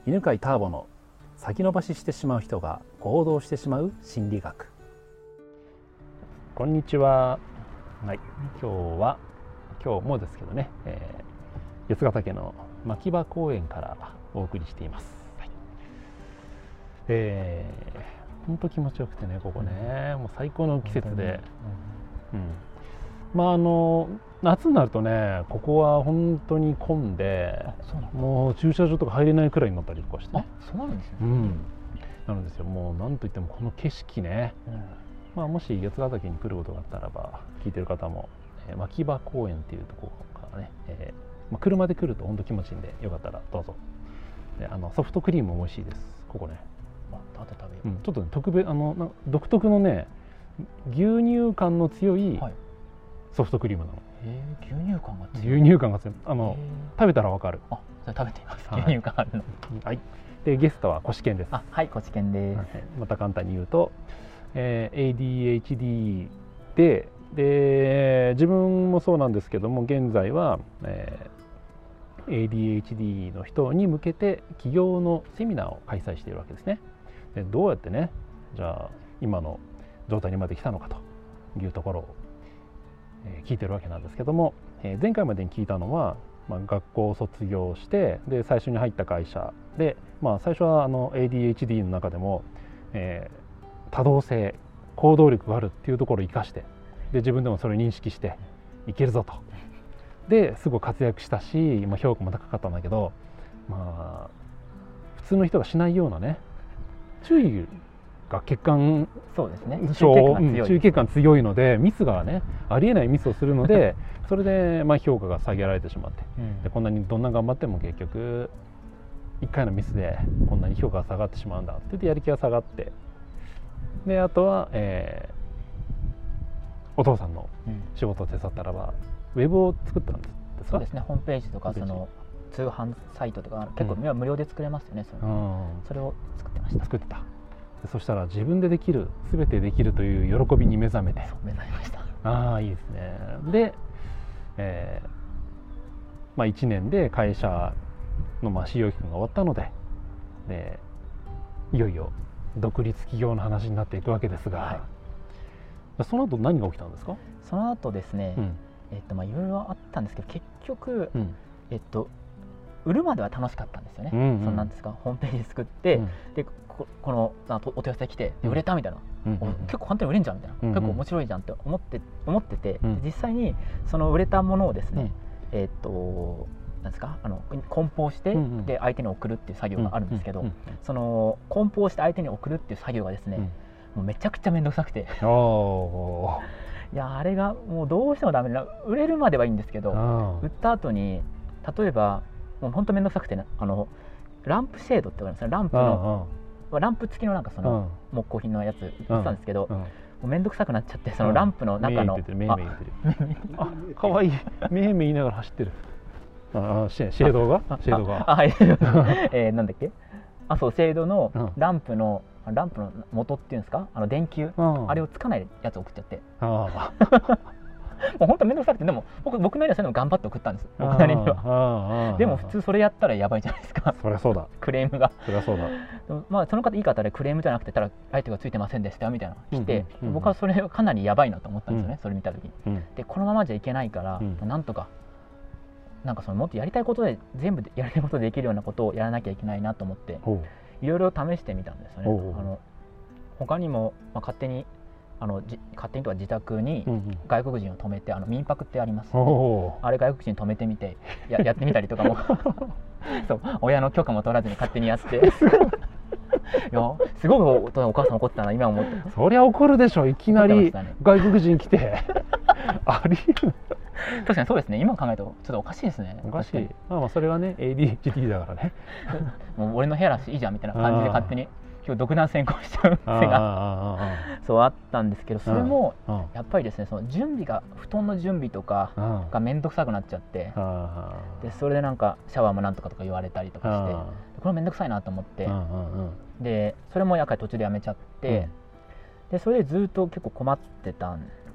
犬飼ターボの先延ばししてしまう人が行動してしまう心理学。こんにちは。はい、今日もですけどね、八ヶ岳の牧場公園からお送りしています。はい、本当気持ちよくてね、ここね、もう最高の季節で、夏になるとね、ここは本当に混んで、もう駐車場とか入れないくらいになったりとかして、ね、 そうなんですね。 なんですよ。もうなんといってもこの景色ね、もし八ヶ岳に来ることがあったらば、聞いてる方も、牧場公園っていうところからね、車で来ると本当気持ちいいんで、よかったらどうぞ。でソフトクリームも美味しいです。ここね。 後で食べよう。 ちょっとね、独特のね、牛乳感の強いソフトクリームなの。 牛乳感が強い。 牛乳感が強い。食べたらわかる。 それ食べてみます。牛乳感あるの。 はい。でゲストはコシケンです。 はい、コシケンです。 また簡単に言うと、ADHD で自分もそうなんですけども、現在は、ADHD の人に向けて起業のセミナーを開催しているわけですね。でどうやってね、じゃあ今の状態にまで来たのかというところを、聞いてるわけなんですけども、前回までに聞いたのは、学校を卒業してで最初に入った会社で、最初はADHD の中でも、多動性行動力があるっていうところを生かして、で自分でもそれを認識していけるぞと。ですごい活躍したし、評価も高かったんだけど、普通の人がしないようなね、注意が血管中血管強いので、ミスがね、ありえないミスをするので、それで評価が下げられてしまって、でこんなにどんな頑張っても結局1回のミスでこんなに評価が下がってしまうんだって言って、やる気が下がって、であとは、お父さんの仕事を手伝ったらば、ウェブを作ったんですか？ そうですね。ホームページとかその通販サイトとか結構無料で作れますよね。それを作ってました。 作ってた。そしたら自分でできる、全てできるという喜びに目覚めて。 目覚めました。 いいですね。で、1年で会社の試用期間が終わったので、いよいよ独立企業の話になっていくわけですが、その後何が起きたんですか？ その後ですね、いろいろあったんですけど、結局、売るまでは楽しかったんですよね。そんなんですか、ホームページ作って、でこのお問い合わせ来て、売れたみたいな、結構簡単に売れんじゃんみたいな、結構面白いじゃんって思ってて、実際にその売れたものをですね、なんですか、梱包して、で相手に送るっていう作業があるんですけど、その梱包して相手に送るっていう作業がですね、もうめちゃくちゃ面倒くさくていや、あれがもうどうしてもダメだ。売れるまではいいんですけど、売った後に例えばもう本当面倒くさくて、ランプシェードって言われますね。ランプ付きのなんかその木工品のやつ売ってたんですけど、もう面倒くさくなっちゃって、そのランプの中のかわいい、めいめい言いながら走ってる。シェードがなんだっけ、そう、シェードのランプの元っていうんですか、電球、あれをつかないやつを送っちゃって、もう本当面倒くさくて、でも僕なりはそれでも頑張って送ったんです、僕なりには。でも普通それやったらやばいじゃないですか。 そりゃそうだ。 クレームが。 そりゃそうだ。 その方いい方で、クレームじゃなくて、ただ相手がついてませんでしたみたいなのが来て、僕はそれかなりやばいなと思ったんですよね、それ見た時に。でこのままじゃいけないから、なんとかそのもっとやりたいことで、全部やりたいことできるようなことをやらなきゃいけないなと思って、いろいろ試してみたんですよね。他にも、勝手にとか自宅に外国人を泊めて、民泊ってあります、あれ外国人泊めてみて やってみたりとかもそう親の許可も取らずに勝手にやっていやすごくお母さん怒ってたな、今思って。 そりゃ怒るでしょ、いきなり外国人来てありえる。 確かにそうですね。今考えるとちょっとおかしいですね。 おかしい。それはね ADHD だからねもう俺の部屋らしいいじゃんみたいな感じで勝手に今日独断専行しちゃう癖がそうあったんですけど、それもやっぱりですね、その準備が、布団の準備とかが面倒くさくなっちゃって、でそれでなんかシャワーもなんとかとか言われたりとかして、これ面倒くさいなと思って、でそれもやっぱり途中でやめちゃって、でそれでずっと結構困ってたんで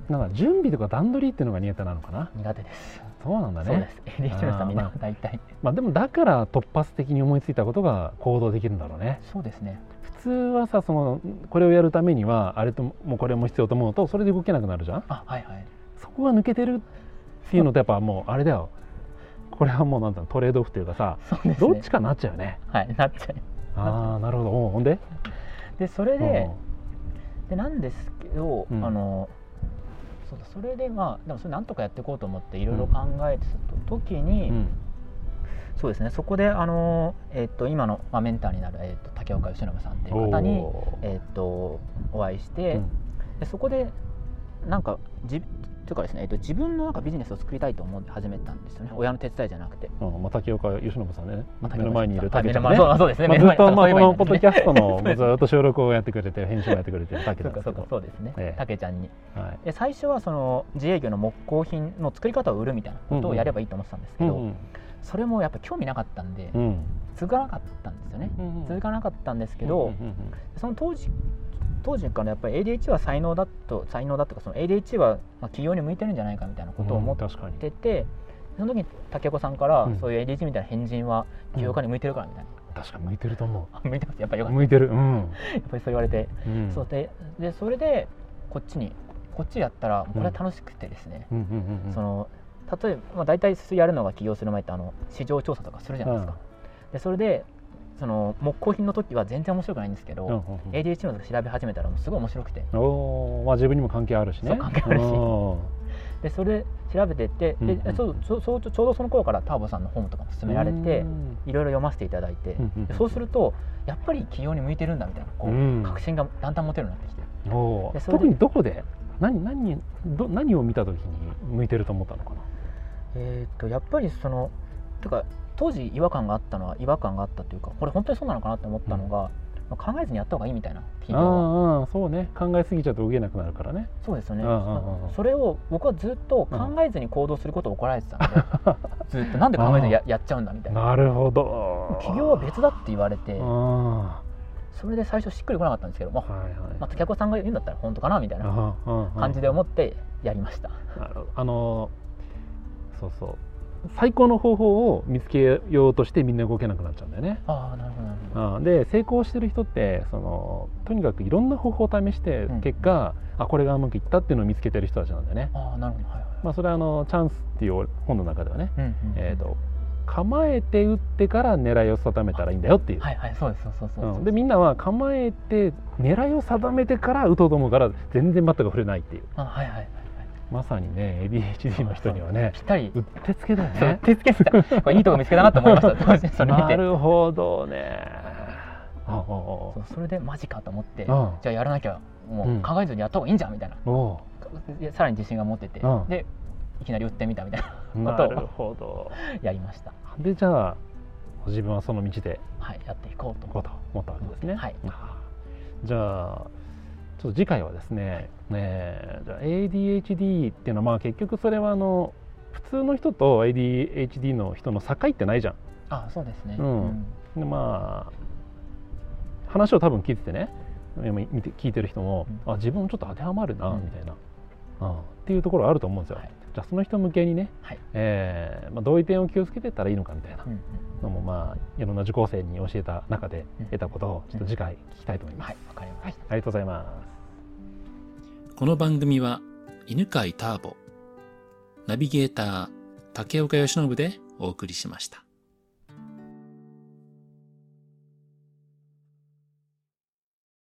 なんか準備とか段取りっていうのが苦手なのかな。 苦手です。 そうなんだね。 そうです。ADHD の人はみんな大体、 でもだから突発的に思いついたことが行動できるんだろうね。 そうですね。 普通はさ、これをやるためにはあれともこれも必要と思うとそれで動けなくなるじゃん。 はいはい。 そこが抜けてるっていうのとやっぱもうあれだよ。これはもうなんだろう、トレードオフというかさ、 ね、 どっちかなっちゃうよね。 はい、なっちゃう。 ああ、なるほど。ほんでそれでなんですけど、そうだ、それででもそれなんとかやっていこうと思っていろいろ考えてた時に、そうですね、そこで今の、メンターになる、竹岡由伸さんっていう方に、お会いして、でそこでなんかというかですね、自分のなんかビジネスを作りたいと思って始めたんですよね。親の手伝いじゃなくて。 竹岡由伸さんね、目の前にいる竹ちゃんね。 そうですね。 ずっとこのポッドキャストのずっと収録をやってくれて編集もやってくれてる竹ちゃんですけど。 そうですね。竹ちゃんに。で最初はその自営業の木工品の作り方を売るみたいなことをやればいいと思ってたんですけど、それもやっぱ興味なかったんで続かなかったんですよね。続かなかったんですけど、その当時からやっぱり ADHD は才能だとか、その ADHD は企業に向いてるんじゃないかみたいなことを思ってて、その時に竹岡さんからそういう ADHD みたいな変人は起業家に向いてるからみたいな。 確かに向いてると思う。 向いてます。やっぱりよかった。 向いてる。 やっぱりそう言われて、そうでそれでこっちやったらこれは楽しくてですね。例えば大体やるのが起業する前って市場調査とかするじゃないですか。でそれでその木工品の時は全然面白くないんですけど、ADHD の調べ始めたらもうすごい面白くて、 自分にも関係あるしね。 関係あるし、でそれ調べてって、でちょうどその頃からターボさんの本とかも勧められていろいろ読ませていただいて、そうするとやっぱり起業に向いてるんだみたいな確信がだんだん持てるようになってきて、 特にどこで何を見た時に向いてると思ったのかな。 やっぱりとか当時違和感があったというか、これ本当にそうなのかなって思ったのが、考えずにやった方がいいみたいな。 そうね、考えすぎちゃうと動けなくなるからね。 そうですよね。それを僕はずっと考えずに行動することを怒られてたので、ずっとなんで考えずにやっちゃうんだみたいな。 なるほど。 起業は別だって言われて、それで最初しっくりこなかったんですけど、竹岡さんが言うんだったら本当かなみたいな感じで思ってやりました。 なるほど。そうそう、最高の方法を見つけようとしてみんな動けなくなっちゃうんだよね。 なるほど。 で成功してる人ってとにかくいろんな方法を試して結果、これがうまくいったっていうのを見つけてる人たちなんだよね。 なるほど。 それはチャンスっていう本の中ではね、構えて打ってから狙いを定めたらいいんだよっていう。 そうです。 でみんなは構えて狙いを定めてから打とうと思うから全然バットが振れないっていう。まさにね ADHD の人にはねぴったりうってつけだよね。 うってつけした。これいいとこ見つけたなと思いました当時それ見て。 なるほどね。 それでマジかと思って、じゃあやらなきゃもう考えずにやった方がいいんじゃんみたいな、さらに自信が持ってて、でいきなり打ってみたみたいなことをやりました。 でじゃあ自分はその道でやっていこうと思ったわけですね。じゃあちょっと次回はですね、じゃあ ADHD っていうのは結局それは普通の人と ADHD の人の境ってないじゃん。 そうですね。 で話を多分聞いててね、聞いてる人も、自分もちょっと当てはまるなみたいな、っていうところあると思うんですよ。じゃあその人向けにね、どういう点を気をつけていったらいいのかみたいなのもいろんな受講生に教えた中で得たことをちょっと次回聞きたいと思います。 わかりました。 ありがとうございます。 この番組は犬飼ターボ、ナビゲーター竹岡由伸でお送りしました。